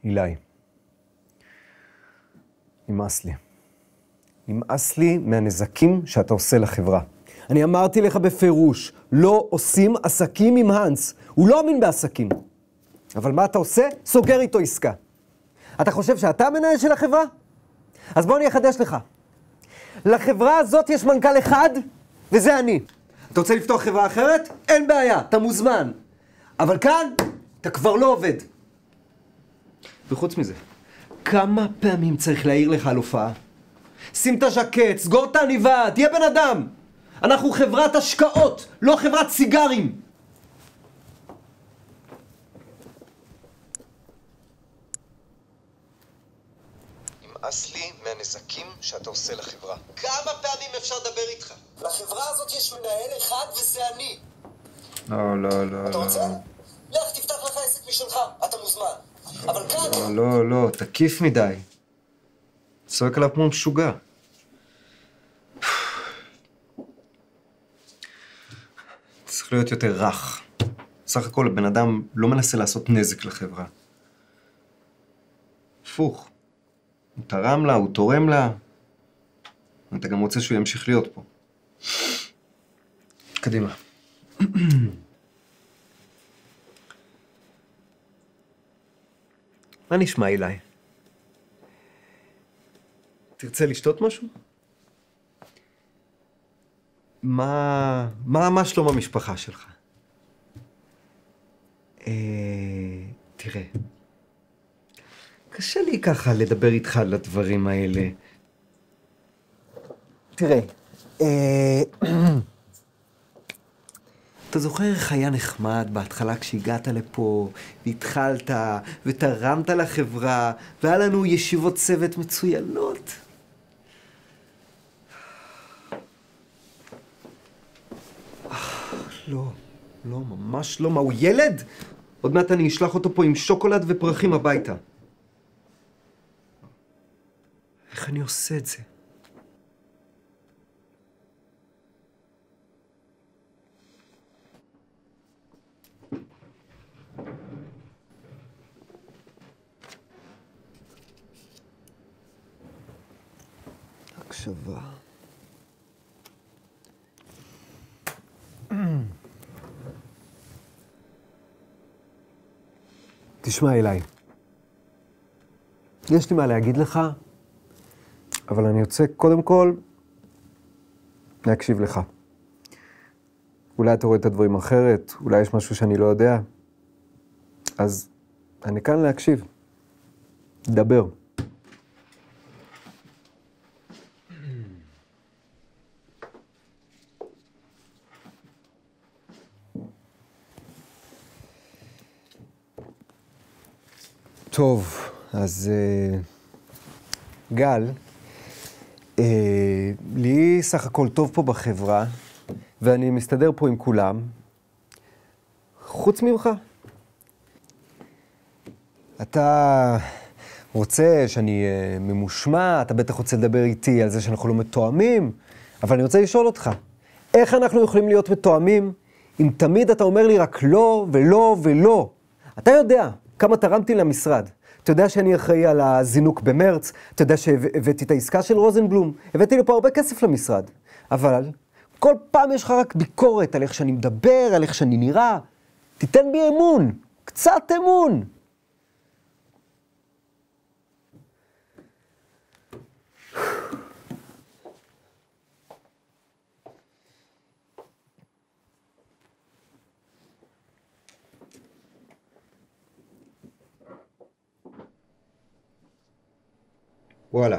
אילי, נמאס לי. נמאס לי מהנזקים שאתה עושה לחברה. אני אמרתי לך בפירוש, לא עושים עסקים עם הנס. הוא לא אמין בעסקים. אבל מה אתה עושה? סוגר איתו עסקה. אתה חושב שאתה המנהל של החברה? אז בוא אני אחדש לך. לחברה הזאת יש מנכ"ל אחד, וזה אני. אתה רוצה לפתוח חברה אחרת? אין בעיה, אתה מוזמן. אבל כאן, אתה כבר לא עובד. וחוץ מזה, כמה פעמים צריך להעיר לך על הופעה? שים את הז'קט, סגור את העניבה, תהיה בן אדם. אנחנו חברת השקעות, לא חברת סיגרים. נמאס לי מהנזקים שאתה עושה לחברה. כמה פעמים אפשר לדבר איתך? לחברה הזאת יש מנהל אחד וזה אני. לא. אתה רוצה? לך תפתח לך עסק משלך, אתה מוזמן. אבל כאן... לא, תקיף מדי. צועק עליו כמו משוגע. צריך להיות יותר רך. סך הכל הבן אדם לא מנסה לעשות נזק לחברה. הפוך. הוא תרם לה, הוא תורם לה. אתה גם רוצה שהוא ימשיך להיות פה. קדימה. מה נשמע, אילי? תרצה לשתות משהו? מה שלום המשפחה שלך? תראה, קשה לי ככה לדבר איתך על הדברים האלה. תראה, אתה זוכר איך היה נחמד בהתחלה כשהגעת לפה, והתחלת, ותרמת לחברה, והיה לנו ישיבות צוות מצוינות? לא, ממש לא. מה, הוא ילד? עוד מעט אני אשלח אותו פה עם שוקולד ופרחים הביתה. איך אני עושה את זה? הקשבה. תשמע, אילי, יש לי מה להגיד לך, אבל אני רוצה קודם כל להקשיב לך. אולי אתה רואה את הדברים אחרת, אולי יש משהו שאני לא יודע, אז אני כאן להקשיב. דבר. טוב, אז גל, לי סך הכל טוב פה בחברה, ואני מסתדר פה עם כולם, חוץ ממך. אתה רוצה שאני ממושמע, אתה בטח רוצה לדבר איתי על זה שאנחנו לא מתואמים, אבל אני רוצה לשאול אותך, איך אנחנו יכולים להיות מתואמים אם תמיד אתה אומר לי רק לא ולא ולא? אתה יודע כמה תרמתי למשרד. אתה יודע שאני אחראי על הזינוק במרץ, אתה יודע שהבאתי את העסקה של רוזנבלום, הבאתי לפה הרבה כסף למשרד. אבל כל פעם יש לך רק ביקורת על איך שאני מדבר, על איך שאני נראה. תיתן בי אמון, קצת אמון. וואלה.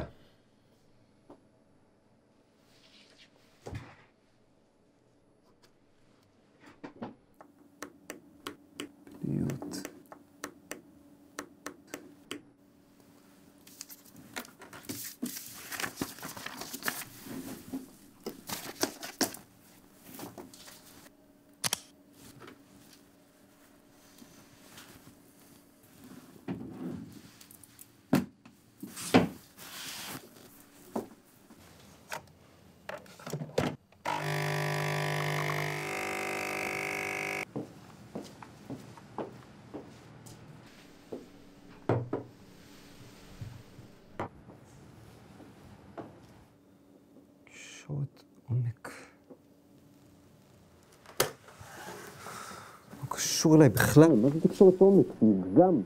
תקשורת עומק. לא קשור אליי בכלל. מה זה תקשורת עומק? מוגזם.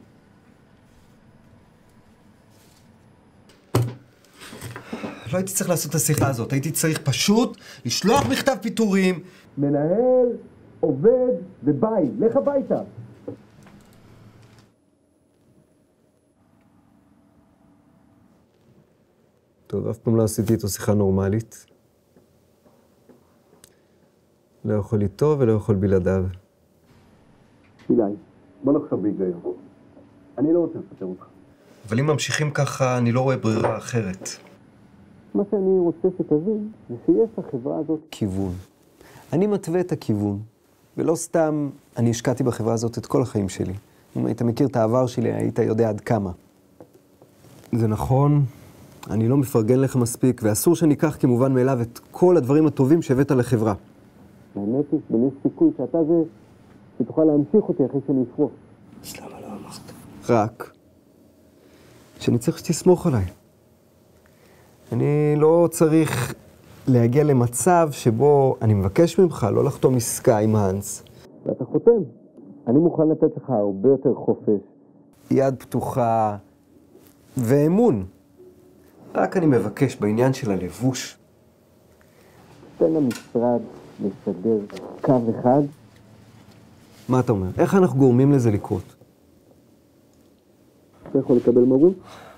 לא הייתי צריך לעשות את השיחה הזאת, הייתי צריך פשוט לשלוח מכתב פיטורים. מנהל, עובד וביי, לך הביתה. טוב, אף פעם לא עשיתי איתו שיחה נורמלית. לא יכול איתו ולא יכול בלעדיו. אילי, בוא נחשוב בהיגיון. אני לא רוצה לפטר אותך. אבל אם ממשיכים ככה, אני לא רואה ברירה אחרת. מה שאני רוצה שתבין, זה שיש לחברה הזאת כיוון. אני מתווה את הכיוון, ולא סתם אני השקעתי בחברה הזאת את כל החיים שלי. אם היית מכיר את העבר שלי, היית יודע עד כמה. זה נכון, אני לא מפרגן לך מספיק, ואסור שניקח כמובן מאליו את כל הדברים הטובים שהבאת לחברה. האמת היא, יש סיכוי שאתה זה, שתוכל להמשיך אותי אחרי שאני אפרוש. אז למה לא אמרת? רק שאני צריך שתסמוך עליי. אני לא צריך להגיע למצב שבו אני מבקש ממך לא לחתום עסקה עם האנס. ואתה חותם. אני מוכן לתת לך הרבה יותר חופש. יד פתוחה ואמון. רק אני מבקש בעניין של הלבוש. תן למשרד לסדר קו אחד. מה אתה אומר? איך אנחנו גורמים לזה לקרות? אתה יכול לקבל מרות?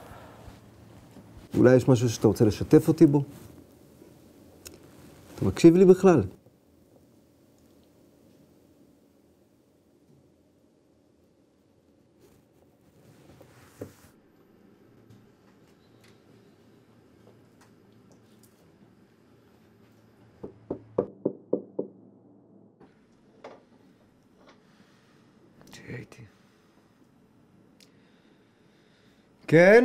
אולי יש משהו שאתה רוצה לשתף אותי בו? אתה מקשיב לי בכלל? תהיה איתי. כן?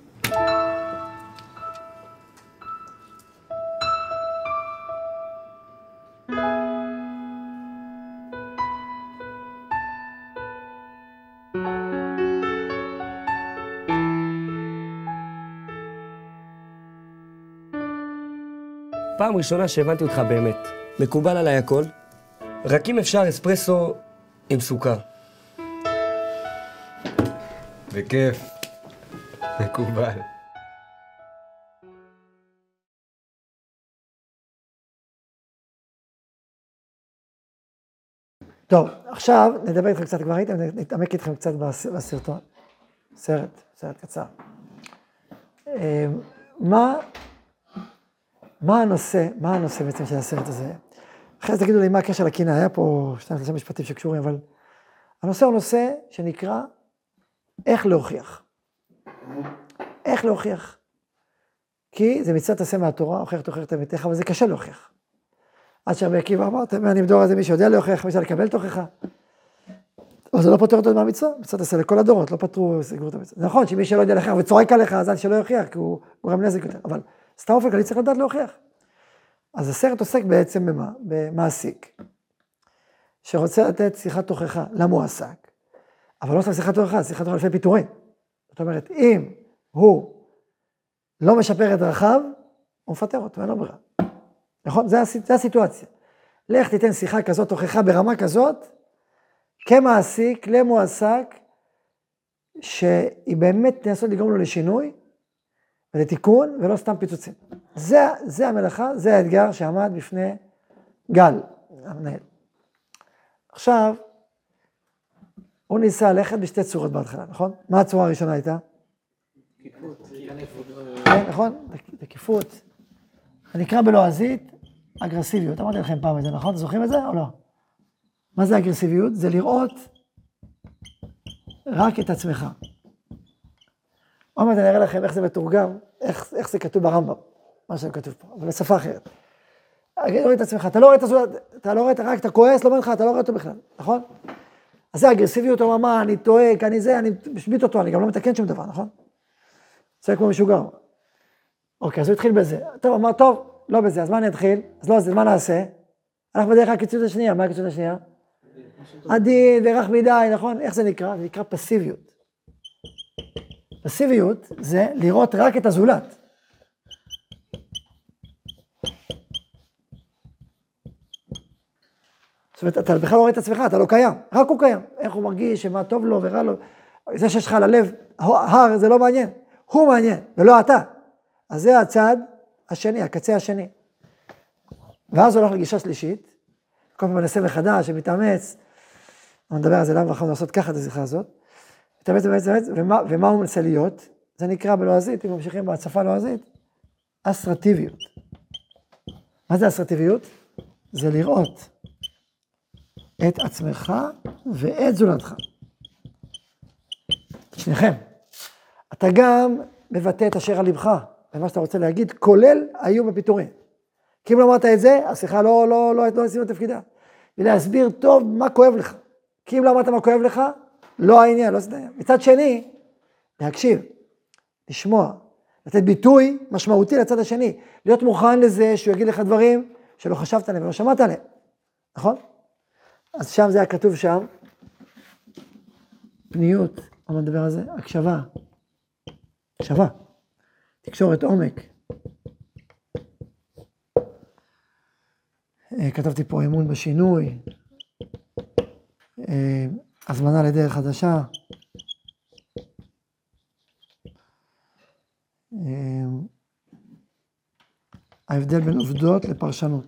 פעם ראשונה שהבנתי אותך באמת. מקובל עליי הכל, רק אם אפשר אספרסו עם סוכר. בכיף. מקובל. טוב, עכשיו נדבר איתכם קצת, כבר ראיתם, נתעמק איתכם קצת בסרטון. סרט קצר. מה הנושא בעצם של הסרט הזה? אחרי זה תגידו לי מה הקשר לקינה, היה פה 2-3 משפטים שקשורים, אבל הנושא הוא נושא שנקרא איך להוכיח. איך להוכיח? כי זה מצוות עשה מהתורה, הוכיח תוכיח את אמיתך, אבל זה קשה להוכיח. עד שרבי עקיבא אמר, אני בדור הזה מי שיודע להוכיח, מי לקבל תוכחה. אבל זה לא פותר אותו מהמצווה, מצוות עשה לכל הדורות, לא פתרו סגרו את המצווה. נכון שמי שלא יודע להוכיח וצורק עליך, אז שלא יוכיח, כי הוא גורם נזק יותר, אבל סתם אופן כללי צריך לדעת להוכיח. אז הסרט עוסק בעצם במה? במעסיק, שרוצה לתת שיחת תוכחה למועסק, אבל לא סתם שיחת תוכחה, שיחת תוכחה לפי פיטורים. זאת אומרת, אם הוא לא משפר את דרכיו, הוא מפטר אותו, אין לו ברירה. נכון? זה הסיטואציה. לך תיתן שיחה כזאת, תוכחה ברמה כזאת, כמעסיק, למועסק, שהיא באמת תנסות לגרום לו לשינוי, ולתיקון, ולא סתם פיצוצים. זה המלאכה, זה האתגר שעמד בפני גל, המנהל. עכשיו, הוא ניסה ללכת בשתי צורות בהתחלה, נכון? מה הצורה הראשונה הייתה? כן, נכון? תקיפות. הנקרא בלועזית, אגרסיביות. אמרתי לכם פעם את זה, נכון? זוכרים את זה או לא? מה זה אגרסיביות? זה לראות רק את עצמך. עוד מעט אני אראה לכם איך זה מתורגם, איך זה כתוב ברמב"ם, מה שכתוב פה, אבל בשפה אחרת. רואה את עצמך, אתה לא רואה את הזולת, אתה לא רואה רק את הכועס, לא אומר לך, אתה לא רואה אותו בכלל, נכון? אז זה אגרסיביות, הוא אמר, מה, אני טועק, אני משביט אותו, אני גם לא מתקן שום דבר, נכון? זה כמו משוגר. אוקיי, אז הוא התחיל בזה. טוב, אמר, טוב, לא בזה, אז מה אני אתחיל? אז לא, אז מה נעשה? אנחנו בדרך כלל הקיצוץ השנייה, מה הקיצוץ השנייה? עדין ורך מדי, נכון? איך זה נקרא? זה נקרא פסיביות. פסיביות זה לראות רק את הזולת. זאת אומרת, אתה בכלל לא רואה את עצמך, אתה לא קיים, רק הוא קיים. איך הוא מרגיש, שמה טוב לו ורע לו. זה שיש לך על הלב, הר זה לא מעניין, הוא מעניין, ולא אתה. אז זה הצד השני, הקצה השני. ואז הוא הולך לגישה שלישית, כל פעם מנסה מחדש, שמתאמץ, אני מדבר על זה למה אנחנו לעשות ככה את השיחה הזאת, מתאמץ, ומה הוא מנסה להיות? זה נקרא בלועזית, אם ממשיכים בהצפה לועזית, אסרטיביות. מה זה אסרטיביות? זה לראות את עצמך ואת זולתך. שניכם. אתה גם מבטא את אשר על לבך, ומה שאתה רוצה להגיד, כולל האיום בפיטורים. כי אם לא אמרת את זה, השיחה לא עשינו את תפקידה. ולהסביר טוב מה כואב לך. כי אם לא אמרת מה כואב לך, לא העניין, לא עשיתי. מצד שני, להקשיב, לשמוע, לתת ביטוי משמעותי לצד השני, להיות מוכן לזה שהוא יגיד לך דברים שלא חשבת עליהם ולא שמעת עליהם. נכון? אז שם זה היה כתוב שם, פניות, מה מדבר על זה? הקשבה. הקשבה. תקשורת עומק. כתבתי פה אמון בשינוי, הזמנה לדרך חדשה, ההבדל בין עובדות לפרשנות.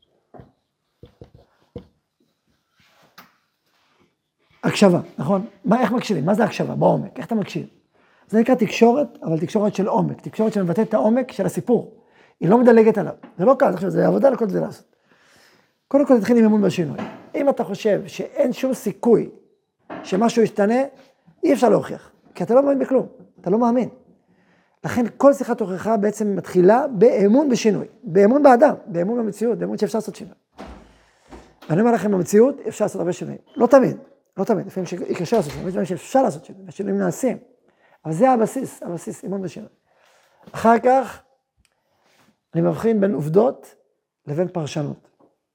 הקשבה, נכון? איך מקשיבים? מה זה הקשבה? בעומק, איך אתה מקשיב? זה נקרא תקשורת, אבל תקשורת של עומק, תקשורת שמבטאת את העומק של הסיפור. היא לא מדלגת עליו, זה לא קל, זה עבודה לכל זה לעשות. קודם כל תתחיל עם אמון בשינוי. אם אתה חושב שאין שום סיכוי שמשהו ישתנה, אי אפשר להוכיח, כי אתה לא מאמין בכלום, אתה לא מאמין. לכן כל שיחת הוכחה בעצם מתחילה באמון בשינוי, באמון באדם, באמון במציאות, באמון שאפשר לעשות שינוי. ואני אומר לכם, במציאות אפשר לעשות הרבה שינויים. לא תמיד, לפעמים שקשה לעשות שינוי, לפעמים שאפשר לעשות שינוי, והשינויים נעשים. אבל זה הבסיס, אמון בשינוי. אחר כך, אני מבחין בין עובדות לבין פרשנות.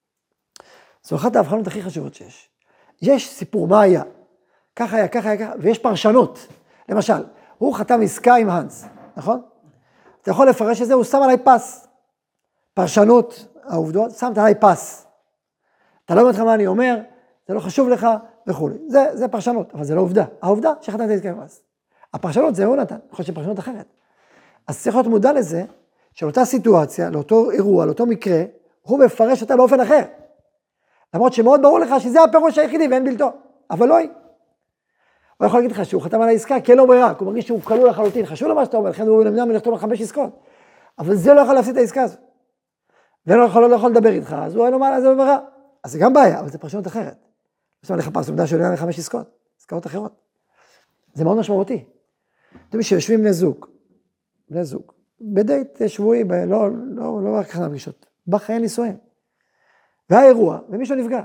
זו אחת ההבחנות הכי חשובות שיש. יש סיפור, מה היה? ככה היה, ויש פרשנות. למשל, הוא חתם עסקה עם הנס, נכון? אתה יכול לפרש את זה, הוא שם עליי פס. פרשנות, העובדות, שמת עליי פס. אתה לא אומר לך מה אני אומר, זה לא חשוב לך וכו'. זה פרשנות, אבל זה לא עובדה. העובדה שחתמת עסקה עם הנס. הפרשנות זה הוא נתן, יכול להיות פרשנות אחרת. אז צריך להיות מודע לזה, שלאותה סיטואציה, לאותו אירוע, לאותו מקרה, הוא מפרש אותה באופן אחר. למרות שמאוד ברור לך שזה הפירוש היחידי ואין בלתו, אבל לא היא. הוא יכול להגיד לך שהוא חתם על העסקה, כי אין לו ברירה, הוא מרגיש שהוא כלול לחלוטין, חשוב לו מה שאתה אומר, לכן הוא נמנע מלכתוב על 5 עסקאות. אבל זה לא יכול להפסיד את העסקה הזו. ולא יכול לדבר איתך, אז הוא אין לו מה, זה ברירה. אז זה גם בעיה, אבל זה פרשנות אחרת. זאת אומרת, לחפש עובדה שהוא נמנע מ5 עסקאות, עסקאות אחרות. זה מאוד משמעותי. אתם שיושבים בני זוג, בדייט שבועי, לא רק ככה פגישות, בחיי נישואים. והאירוע, ומישהו נפגע.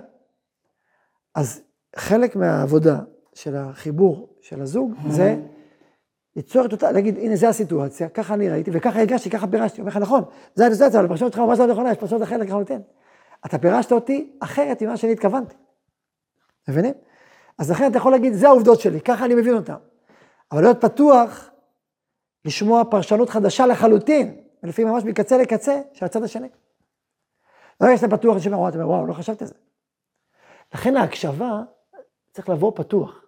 אז חלק מהעבודה של החיבור של הזוג, זה ליצור את אותה, להגיד, הנה זה הסיטואציה, ככה אני ראיתי, וככה הרגשתי, ככה פירשתי. אומר לך, נכון, זה הסיטואציה, אבל הפרשנות שלך ממש לא נכונה, יש פרשנות אחרת לחלוטין. אתה פירשת אותי אחרת ממה שאני התכוונתי. מבינים? אז לכן אתה יכול להגיד, זה העובדות שלי, ככה אני מבין אותם. אבל להיות פתוח, לשמוע פרשנות חדשה לחלוטין, ולפעמים ממש מקצה לקצה של הצד השני. לא יש לפתוח, אני אומר, וואו, לא חשבתי על זה. לכן ההקשבה צריך לבוא פתוח.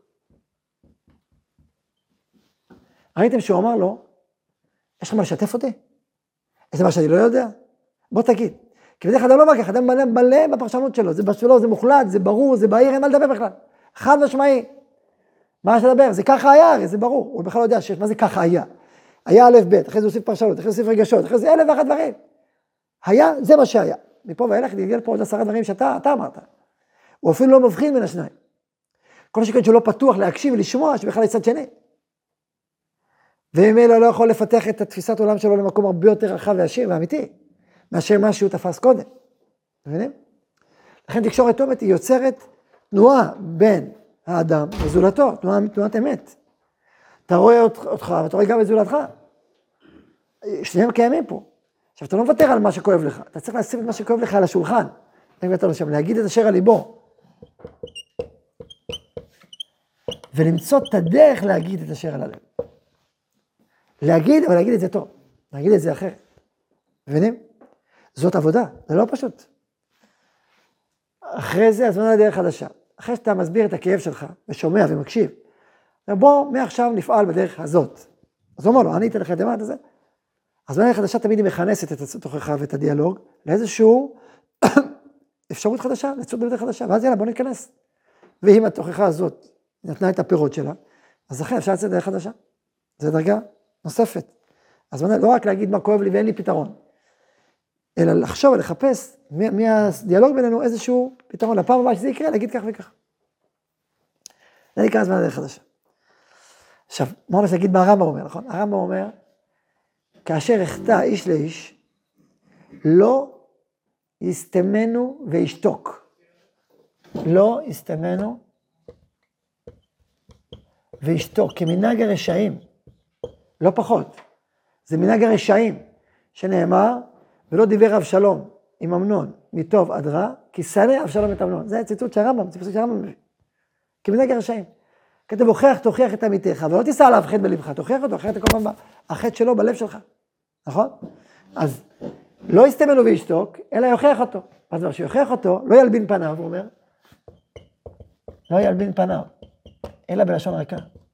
ראיתם שהוא אמר לו, יש לך מה לשתף אותי? יש מה שאני לא יודע? בוא תגיד. כי בדרך כלל לא אומר ככה, אדם מלא בפרשנות שלו, זה בשבילו, זה מוחלט, זה ברור, זה בהיר, אין מה לדבר בכלל. חד משמעי. מה יש לדבר? זה ככה היה, זה ברור. הוא בכלל לא יודע מה זה ככה היה. היה א' ב', אחרי זה הוסיף פרשנות, אחרי זה הוסיף רגשות, אחרי זה 1,001 דברים. היה, זה מה שהיה. מפה ואילך נתגל פה עוד 10 דברים שאתה אמרת. הוא אפילו לא מבחין בין השניים. כל שכן שהוא לא פתוח להקשיב ולשמוע שבכלל יש צד שני. וממילא לא יכול לפתח את התפיסת עולם שלו למקום הרבה יותר רחב ועשיר ואמיתי, מאשר מה שהוא תפס קודם. מבינים? לכן תקשורת עומק היא יוצרת תנועה בין האדם וזולתו, תנועת אמת. אתה רואה אותך ואתה רואה גם את זולתך. שניהם קיימים פה. עכשיו, אתה לא מוותר על מה שכואב לך, אתה צריך לשים את מה שכואב לך על השולחן. להגיד את אשר על ליבו. ולמצוא את הדרך להגיד את אשר על הלב. להגיד, אבל להגיד את זה טוב. להגיד את זה אחרת. מבינים? זאת עבודה, זה לא פשוט. אחרי זה הזמנה לדרך חדשה. אחרי שאתה מסביר את הכאב שלך, ושומע ומקשיב, ובוא, מעכשיו נפעל בדרך הזאת. אז הוא אומר לו, אני אתן לך את הדבר הזה. הזמנה חדשה תמיד היא מכנסת את התוכחה ואת הדיאלוג, לאיזשהו אפשרות חדשה, לצוד בדרך חדשה, ואז יאללה, בוא ניכנס. ואם התוכחה הזאת נתנה את הפירות שלה, אז לכן אפשר לצאת דרך חדשה. זו דרגה נוספת. אז לא רק להגיד מה כואב לי ואין לי פתרון, אלא לחשוב ולחפש מהדיאלוג בינינו איזשהו פתרון. לפעם הבאה שזה יקרה, להגיד כך וכך. זה נקרא הזמן לדרך חדשה. עכשיו, מה הולך להגיד מה הרמב"ם אומר, נכון? הרמב"ם אומר, כאשר החטא איש לאיש, לא יסתמנו וישתוק. לא יסתמנו וישתוק, כמנהג הרשעים, לא פחות. זה מנהג הרשעים, שנאמר, ולא דיבר אבשלום עם אמנון, מטוב עד רע, כי שנא אבשלום את אמנון. זה ציטוט של הרמב"ם, ציטוט של הרמב"ם מביא. כמנהג הרשעים. כתוב, הוכיח, תוכיח את עמיתך, ולא תישא עליו חטא בלבך, תוכיח אותו, אחרת כל פעם החטא שלו בלב שלך. נכון? אז לא יסתמנו וישתוק, אלא יוכיח אותו. אז דבר שיוכיח אותו, לא ילבין פניו, הוא אומר, לא ילבין פניו, אלא בלשון ריקה.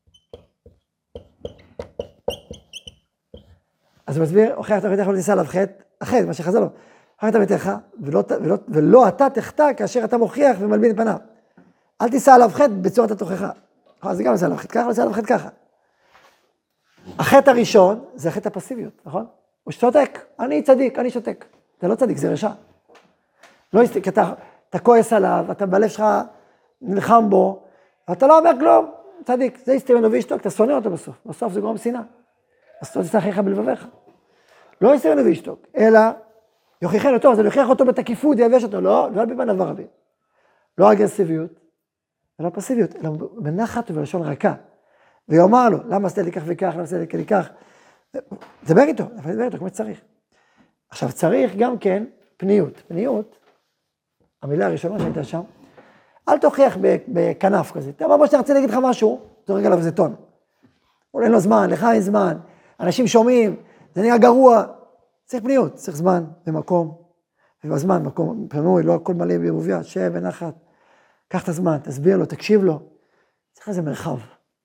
אז הוא מסביר, הוכיח את עמיתך ולא תישא עליו חטא, אחרי זה מה שחזר לו, הוכיח את עמיתך, ולא אתה תחטא כאשר אתה מוכיח ומלבין פניו. אל תישא עליו חטא בצורת התוכחה. אז זה גם לסע עליו חטא ככה, לסע עליו חטא ככה. החטא הראשון זה החטא הפסיביות, נכון? הוא שותק, אני צדיק, אני שותק. זה לא צדיק, זה רשע. לא יסתק, כי אתה כועס עליו, אתה בלב שלך נלחם בו, ואתה לא אומר כלום, צדיק, זה יסתמנו וישתוק, אתה שונא אותו בסוף. בסוף זה גורם שנאה. אז אתה תצטרך אחיך בלבביך. לא יסתמנו וישתוק, אלא יוכיחנו טוב, אז אני יוכיח אותו בתקיפות, יבש אותו, לא על במה דבר רבים. לא אגרסיביות, ולא פסיביות, אלא בנחת ובלשון רכה. ויאמר לו, למה עשית לי כך וכך, למה עשית לי כך? דבר איתו, כמו שצריך. עכשיו, צריך גם כן פניות. פניות, המילה הראשונה שהייתה שם, אל תוכיח בכנף כזה. אתה אומר, שאתה רוצה להגיד לך משהו, זורק עליו איזה טון. אין לו זמן, לך אין זמן, אנשים שומעים, זה נהיה גרוע. צריך פניות, צריך זמן ומקום. ובזמן, מקום פנוי, לא הכל מלא בערבוביה, שב ונחת. קח את הזמן, תסביר לו, תקשיב לו. צריך איזה מרחב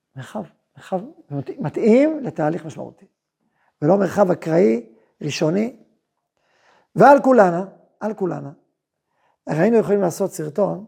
מתאים לתהליך משמעותי. ולא מרחב אקראי, ראשוני. ועל כולנה, היינו יכולים לעשות סרטון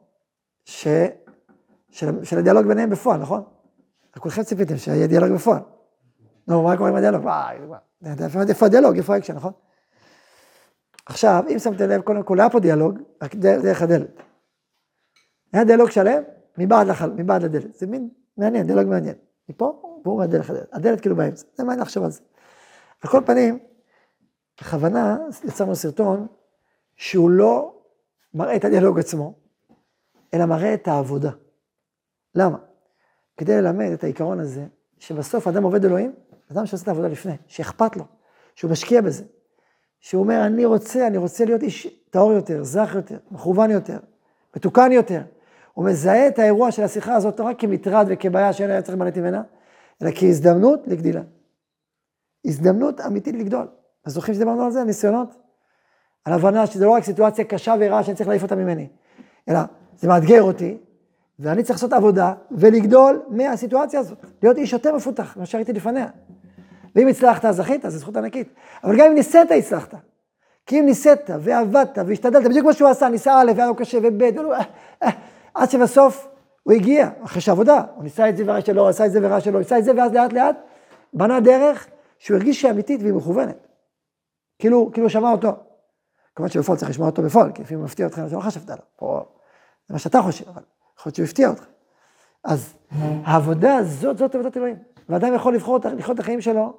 של הדיאלוג ביניהם בפועל, נכון? כולכם ציפיתם שיהיה דיאלוג בפועל. נו, מה קורה עם הדיאלוג? איפה הדיאלוג? איפה האקשן, נכון? עכשיו, אם שמתם לב, קודם כל, היה פה דיאלוג, רק דרך הדלת. היה דיאלוג שלם, מבעד לדלת. זה מין מעניין, דיאלוג מעניין. מפה, והוא מהדלת הדלת. הדלת כאילו באמצע. זה מעניין לחשוב על זה. על כל פנים, בכוונה יצרנו סרטון שהוא לא מראה את הדיאלוג עצמו, אלא מראה את העבודה. למה? כדי ללמד את העיקרון הזה, שבסוף אדם עובד אלוהים, אדם שעושה את העבודה לפני, שאכפת לו, שהוא משקיע בזה, שהוא אומר, אני רוצה להיות איש טהור יותר, זך יותר, מכוון יותר, מתוקן יותר. הוא מזהה את האירוע של השיחה הזאת, לא רק כמטרד וכבעיה שאין היה צריך למלא ממנה, אלא כהזדמנות לגדילה. הזדמנות אמיתית לגדול. אז זוכרים שדיברנו על זה, ניסיונות? על הבנה שזה לא רק סיטואציה קשה ורעה שאני צריך להעיף אותה ממני, אלא זה מאתגר אותי, ואני צריך לעשות עבודה ולגדול מהסיטואציה הזאת. להיות איש יותר מפותח, מה שהייתי לפניה. ואם הצלחת, אז זכית, אז זו זכות ענקית. אבל גם אם ניסית, הצלחת. כי אם ניסית ועבדת והשתדלת, בדיוק כמו שהוא עשה, ניסה א', והיה לו קשה וב', עד שבסוף הוא הגיע, אחרי שהעבודה, הוא ניסה את זה ורע שלו, עשה את זה ורע שלו, ניסה את זה, ואז לאט לאט בנה דרך שהוא הרגיש שהיא אמיתית והיא מכוונת. כאילו שמע אותו. כמובן שבפועל צריך לשמוע אותו בפועל, כי לפעמים הוא מפתיע אותך, זה לא חשבת עליו. פה, זה מה שאתה חושב, אבל יכול להיות שהוא הפתיע אותך. אז העבודה הזאת עבודת אלוהים. ואדם יכול לחיות את החיים שלו,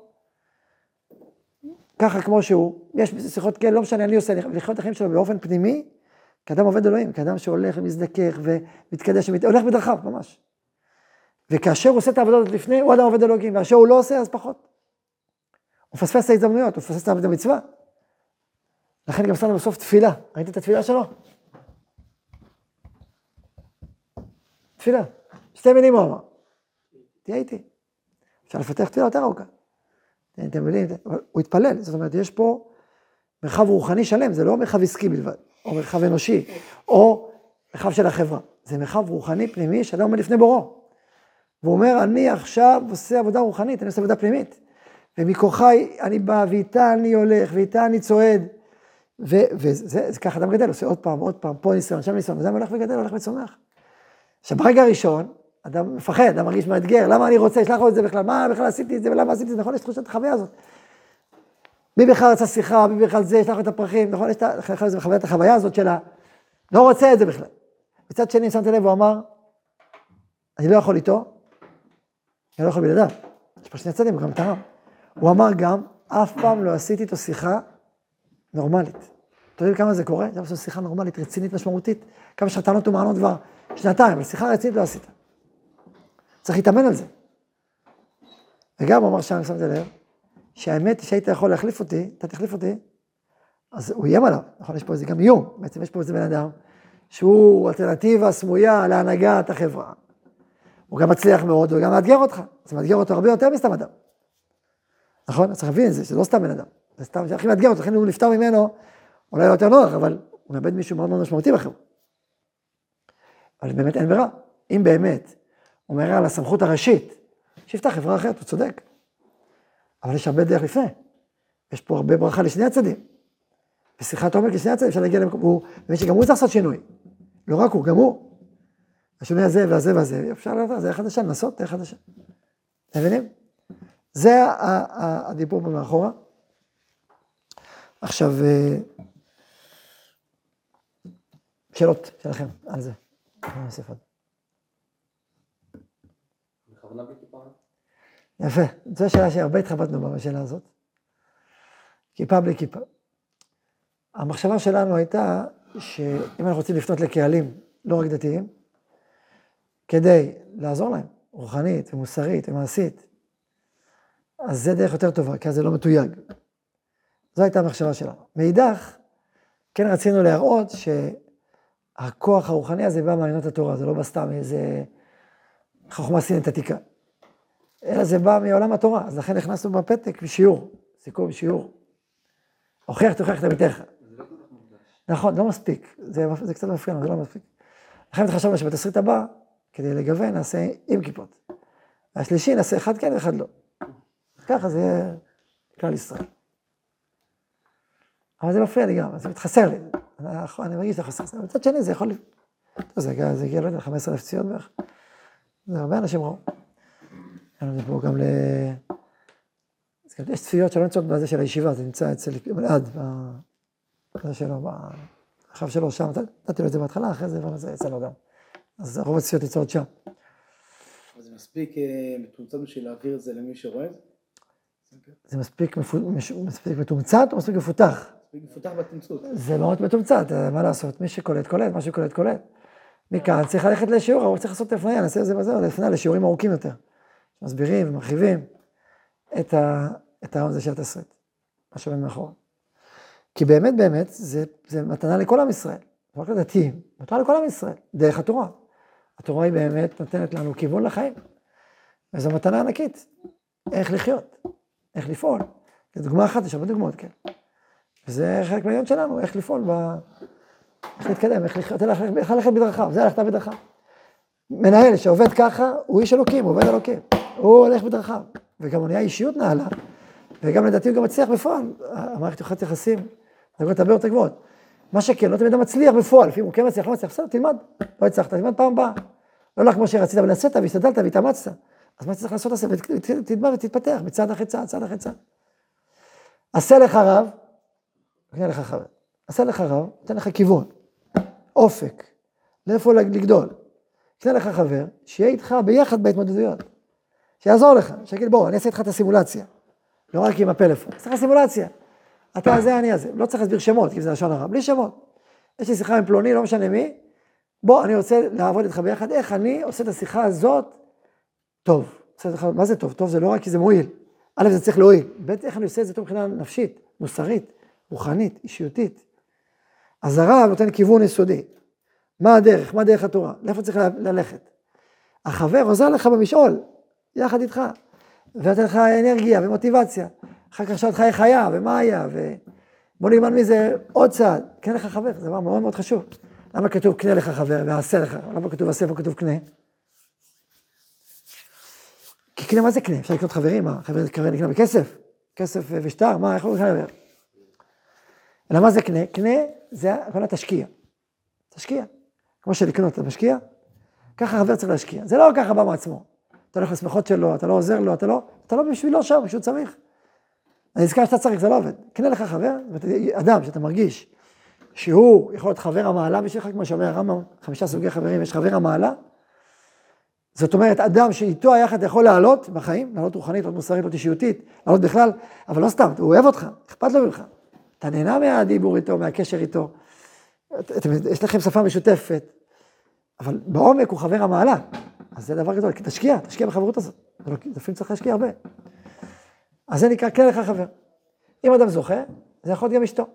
ככה כמו שהוא, יש שיחות כאלה, לא משנה, אני עושה, לחיות את החיים שלו באופן פנימי, כאדם עובד אלוהים, כאדם שהולך ומזדכך ומתקדש, הולך בדרכיו ממש. וכאשר הוא עושה את העבודה הזאת לפני, הוא אדם עובד אלוהים, ואשר הוא לא עושה, אז פחות. הוא פספס את ההזדמנויות, הוא פספס את המצווה. לכן גם שמנו בסוף תפילה. ראית את התפילה שלו? תפילה. 2 מילים הוא אמר. תהיה איתי. אפשר לפתח תפילה יותר ארוכה. אתם מבינים? הוא התפלל. זאת אומרת, יש פה מרחב רוחני שלם, זה לא מרחב עסקי בלבד, או מרחב אנושי, או מרחב של החברה. זה מרחב רוחני פנימי שאדם עומד לפני בוראו. והוא אומר, אני עכשיו עושה עבודה רוחנית, אני עושה עבודה פנימית. ומכוחי אני בא, ואיתה אני הולך, ואיתה אני צועד. וזה ככה אדם גדל, עושה עוד פעם, פה ניסיון, שם ניסיון, אדם הולך וגדל, הולך וצומח. עכשיו, ברגע הראשון, אדם מפחד, אדם מרגיש מאתגר, למה אני רוצה, אשלח לו את זה בכלל, מה בכלל עשיתי את זה, ולמה עשיתי את זה, נכון, יש תחושת החוויה הזאת. מי בכלל רצה שיחה, מי בכלל זה, ישלח לו את הפרחים, נכון, יש את החוויה הזאת שלה, לא רוצה את זה בכלל. מצד שני, שמתי לב, הוא אמר, אני לא יכול איתו, אני לא יכול בלעדיו. יש פה שני צדדים, הוא גם תרם. הוא אמר גם, אף פעם לא עשיתי איתו שיחה נורמלית. אתה יודע כמה זה קורה? זה לעשות שיחה נורמלית, רצינית, משמעותית. כמה שטענות ומענות כבר שנתיים, אבל שיחה רצינית לא עשית. צריך להתאמן על זה. וגם הוא אמר שם, שמתי לב, שהאמת היא שהיית יכול להחליף אותי, אתה תחליף אותי, אז הוא איים עליו. נכון, יש פה איזה גם איום. בעצם יש פה איזה בן אדם, שהוא אלטרנטיבה סמויה להנהגת החברה. הוא גם מצליח מאוד, הוא גם מאתגר אותך. זה מאתגר אותו הרבה יותר מסתם אדם. נכון? אז צריך להבין את זה, שזה לא סתם בן אדם. זה סתם, זה הכי מאתגר אותו, לכן הוא נפטר ממנו, אולי לא יותר נוח, אבל הוא מאבד מישהו מאוד מאוד משמעותי בחברה. אבל באמת אין ברירה. אם באמת הוא מערער על הסמכות הראשית, שיפתח חברה אחרת, הוא צודק. אבל יש הרבה דרך לפני. יש פה הרבה ברכה לשני הצדדים. בשיחת עומק לשני הצדדים, אפשר להגיע למקום, באמת שגם הוא צריך לעשות שינוי. לא רק הוא, גם הוא. השינוי הזה והזה והזה, אפשר לעשות, זה חדשה, לנסות, זה חדשה. אתם מבינים? זה הדיבור פה מאחורה. עכשיו, שאלות שלכם על זה. אני אוסיף עוד. בכוונה בלי כיפה? יפה, זו שאלה שהרבה התחבטנו בשאלה הזאת. כיפה בלי כיפה. המחשבה שלנו הייתה שאם אנחנו רוצים לפנות לקהלים לא רק דתיים, כדי לעזור להם, רוחנית ומוסרית ומעשית, אז זה דרך יותר טובה, כי אז זה לא מתויג. זו הייתה המחשבה שלנו. מאידך, כן רצינו להראות שהכוח הרוחני הזה בא מעיינות התורה, זה לא בסתם איזה חוכמה סינית עתיקה. אלא זה בא מעולם התורה, אז לכן נכנסנו בפתק בשיעור, סיכום בשיעור. הוכיח תוכיח את עמיתך. נכון, לא מספיק, זה קצת מפריע, זה לא מספיק. לכן חשבנו שבתסריט הבא, כדי לגוון, נעשה עם כיפות. והשלישי נעשה אחד כן ואחד לא. ככה זה יהיה כלל ישראל. אבל זה מפריע לי גם, זה מתחסר לי. אני מרגיש שזה חסר. מצד שני זה יכול... זה הגיע, לא יודע, 15,000 ציון בערך. זה הרבה אנשים ראו. זה פה גם יש צפיות שלא נמצאות בזה של הישיבה, זה נמצא אצל אלעד, בזה שלו, בחב שלו שם, נתתי לו את זה בהתחלה, אחרי זה זה אצלנו גם. אז רוב הצפיות נמצאות שם. אבל זה מספיק מתומצת בשביל להעביר את זה למי שרואה? זה מספיק מתומצת או מספיק מפותח? מספיק מפותח בתמצות. זה מאוד מתומצת, מה לעשות? מי שקולט, קולט, מה שקולט, קולט. מכאן צריך ללכת לשיעור, הוא צריך לעשות הפניה, נעשה את זה בזה, לפני לשיעורים ארוכים יותר. מסבירים ומרחיבים את הרעיון הזה של התסריט, מה שעומד מאחורה. כי באמת, זה מתנה לכל עם ישראל, לא רק לדתיים, מתנה לכל עם ישראל, דרך התורה. התורה היא באמת נותנת לנו כיוון לחיים, וזו מתנה ענקית, איך לחיות, איך לפעול. זו דוגמה אחת, יש הרבה דוגמאות, כן. וזה חלק מהעניין שלנו, איך לפעול, איך להתקדם, איך ללכת בדרכיו, זה הלכת בדרכיו. מנהל שעובד ככה, הוא איש אלוקים, הוא עובד אלוקים. הוא הולך בדרכיו, וגם הוא נהיה אישיות נעלה, וגם לדעתי הוא גם מצליח בפועל. המערכת יוחדת יחסים, דרגות הרבה יותר גבוהות. מה שכן, לא תמיד מצליח בפועל, לפעמים הוא כן מצליח, לא מצליח, בסדר, תלמד, לא הצלחת, תלמד פעם הבאה. לא כמו שרצית, אבל נעשית, והשתדלת, והתאמצת. אז מה צריך לעשות? תלמד ותתפתח, מצד אחרי צד, צד אחרי צד. עשה לך רב, קנה לך חבר. עשה לך רב, נותן לך כיוון, אופק, לאיפה לגדול. קנה לך חבר, שיהיה איתך ביחד בהתמודדויות. שיעזור לך, שיגיד בוא, אני אעשה איתך את הסימולציה. לא רק עם הפלאפון, אעשה לך סימולציה. אתה הזה, אני הזה. לא צריך להסביר שמות, כי זה לשון הרע, בלי שמות. יש לי שיחה עם פלוני, לא משנה מי. בוא, אני רוצה לעבוד איתך ביחד, איך אני עושה את השיחה הזאת טוב. מה זה טוב? טוב זה לא רק כי זה מועיל. א', זה צריך להועיל. ב', איך אני עושה את זה טוב מבחינה נפשית, מוסרית, רוחנית, אישיותית. אז הרב נותן כיוון יסודי. מה הדרך? מה דרך התורה? לאיפה צריך ללכת? החבר עוזר לך במשעול, יחד איתך, ונותן לך אנרגיה ומוטיבציה. אחר כך שואל אותך איך היה ומה היה, ובוא נלמד מזה עוד צעד. כן לך חבר, זה דבר מאוד מאוד חשוב. למה כתוב קנה לך חבר ועשה לך? למה כתוב עשה וכתוב קנה? כי קנה, מה זה קנה? אפשר לקנות חברים, מה? חברים לקנות בכסף? כסף ושטר, מה? איך הוא לקנות? אלא מה זה קנה? קנה זה הכוונה תשקיע. תשקיע. כמו שלקנות אתה משקיע, ככה חבר צריך להשקיע. זה לא ככה בא מעצמו. אתה הולך לשמחות שלו, אתה לא עוזר לו, אתה לא בשבילו שם, שהוא צריך. אני נזכר שאתה צריך, זה לא עובד. קנה לך חבר, אדם שאתה מרגיש שהוא יכול להיות חבר המעלה בשבילך, כמו שאומר הרמב"ם, 5 סוגי חברים, יש חבר המעלה. זאת אומרת, אדם שאיתו היחד יכול לעלות בחיים, לעלות רוחנית, לעלות מוסרית, לעלות אישיותית, לעלות בכלל, אבל לא סתם, הוא אוהב אותך, אכפת לו ממך. אתה נהנה מהדיבור איתו, מהקשר איתו, יש לכם שפה משותפת, אבל בעומק הוא חבר המעלה. אז זה דבר גדול, תשקיע בחברות הזאת. לפעמים צריך להשקיע הרבה. אז זה נקרא קנה לך חבר. אם אדם זוכה, זה יכול להיות גם אשתו.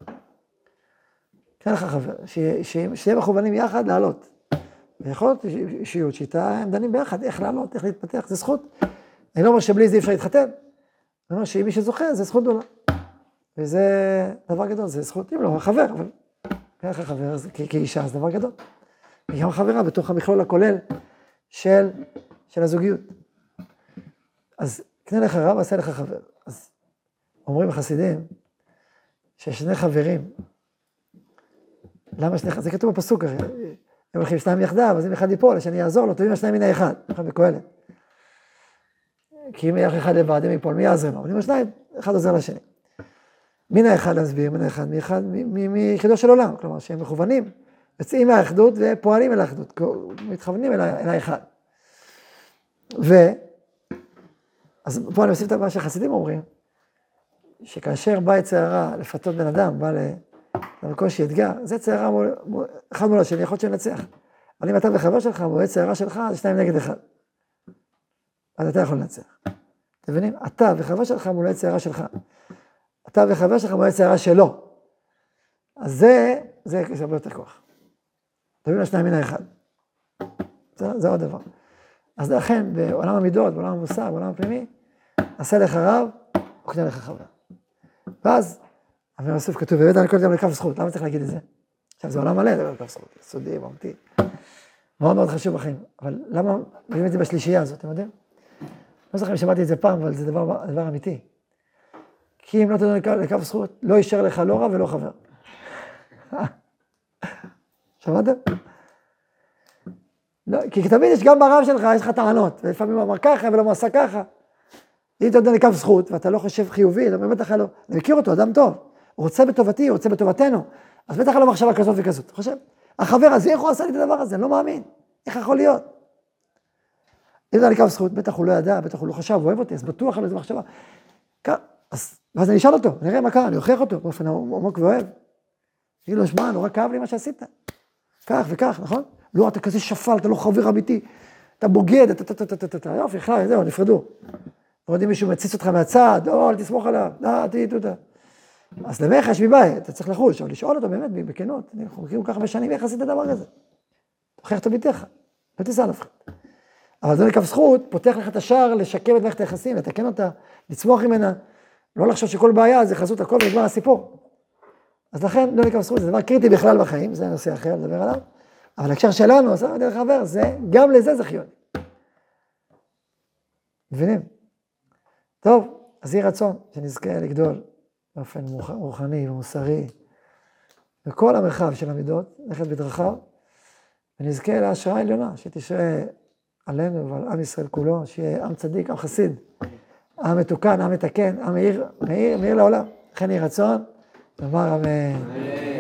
קנה לך חבר, שיהיה מכוונים יחד לעלות. ויכול להיות אישיות שאיתה הם דנים ביחד, איך לעלות, איך להתפתח, זה זכות. אני לא אומר שבלי זה אי אפשר להתחתן. אני אומר שאם מי שזוכה, זה זכות גדולה. וזה דבר גדול, זה זכות, אם לא, חבר, אבל קנה לך חבר, כאישה, זה דבר גדול. וגם חברה בתוך המכלול הכולל של הזוגיות. אז קנה לך רב, עשה לך חבר. אז אומרים החסידים, ששני חברים, למה שני חברים? זה כתוב בפסוק, הם הולכים שניים יחדיו, אז אם אחד ייפול, השני יעזור לו, טובים השניים מן האחד, אחד בקהלת. כי אם ילך אחד לבד, אם ייפול, מי יעזר לו? אבל אם השניים, אחד עוזר לשני. מן האחד להסביר, מן האחד, מיחידו של עולם, כלומר שהם מכוונים, יוצאים מהאחדות ופועלים אל האחדות, מתכוונים אל האחד. אז פה אני מוסיף את מה שהחסידים אומרים, שכאשר בא יצר הרע לפתות בן אדם, בא לקושי אתגר, זה יצר הרע אחד מול השני, יכול להיות שנצח. אבל אם אתה וחבר שלך, הוא יצר הרע שלך, זה 2 נגד 1. אז אתה יכול לנצח. אתם מבינים? אתה וחבר שלך מול יצר הרע שלך. אתה וחבר שלך מול יצר הרע שלו. אז זה הרבה יותר כוח. תביאו לשניים מן האחד. זה עוד דבר. אז לכן, בעולם המידות, בעולם המוסר, בעולם הפנימי, עשה לך רב, או קנה לך חבר. ואז, אמר יוסף כתוב, ובית אני קודם לכף זכות, למה צריך להגיד את זה? עכשיו, זה עולם מלא, זה לכף זכות, סודי, מהותי. מאוד מאוד חשוב בחיים. אבל למה מביאים את זה בשלישייה הזאת, אתם יודעים? לא זוכר אם שמעתי את זה פעם, אבל זה דבר אמיתי. כי אם לא תדעו לכף זכות, לא יישאר לך לא רב ולא חבר. שמעתם? לא, כי תמיד יש גם ברב שלך, יש לך טענות, ולפעמים הוא אמר ככה ולא מעשה ככה. אם אתה יודע לכף זכות, ואתה לא חושב חיובי, אתה באמת לך לא, אני מכיר אותו, אדם טוב, הוא רוצה בטובתי, הוא רוצה בטובתנו, אז בטח לא מחשבה כזאת וכזאת, אתה חושב? החבר הזה, איך הוא עשה לי את הדבר הזה? אני לא מאמין, איך יכול להיות? אם אתה לכף זכות, בטח הוא לא ידע, בטח הוא לא חשב, הוא אוהב אותי, אז בטוח על איזה מחשבה. ואז אני אשאל אותו, נראה מה קרה, אני אוכיח אותו, באופן עמוק ואוהב. תגיד לו, שמע, נורא כאב לי מה שעשית. כך וכך, נכון? לא, אתה כזה שפל, אתה לא חבר אמיתי, אתה בוגד, יופי, בכלל, זהו, נפרדו. ועוד אם מישהו מציץ אותך מהצד, אל תסמוך עליו, תודה. אז למך יש מבית, אתה צריך לחוש, אבל לשאול אותו באמת, בכנות, אנחנו מכירים ככה בשנים, איך עשית את הדבר הזה? תוכיח את ביתך, לא תיסע נפחד. אבל זה לכף זכות, פותח לך את השער, לשקם את מערכת היחסים, לתקן אותה, לצמוח ממנה, לא לחשוב שכל בעיה זה חזות הכל ונגמר הסיפור. אז לכן, לא לכף זכות, זה דבר קריטי בכלל בחיים, זה נושא אחר, לדבר עליו. אבל הקשר שלנו, עשה דרך חבר, זה, גם לזה זה חיוני. מבינים? טוב, אז יהי רצון שנזכה לגדול באופן רוחני ומוסרי, בכל המרחב של המידות, ללכת בדרכיו, ונזכה להשראה עליונה, שתשרה עלינו ועל עם ישראל כולו, שיהיה עם צדיק, עם חסיד, עם מתוקן, עם מתקן, עם מאיר לעולם. לכן יהי רצון, נאמר אמן.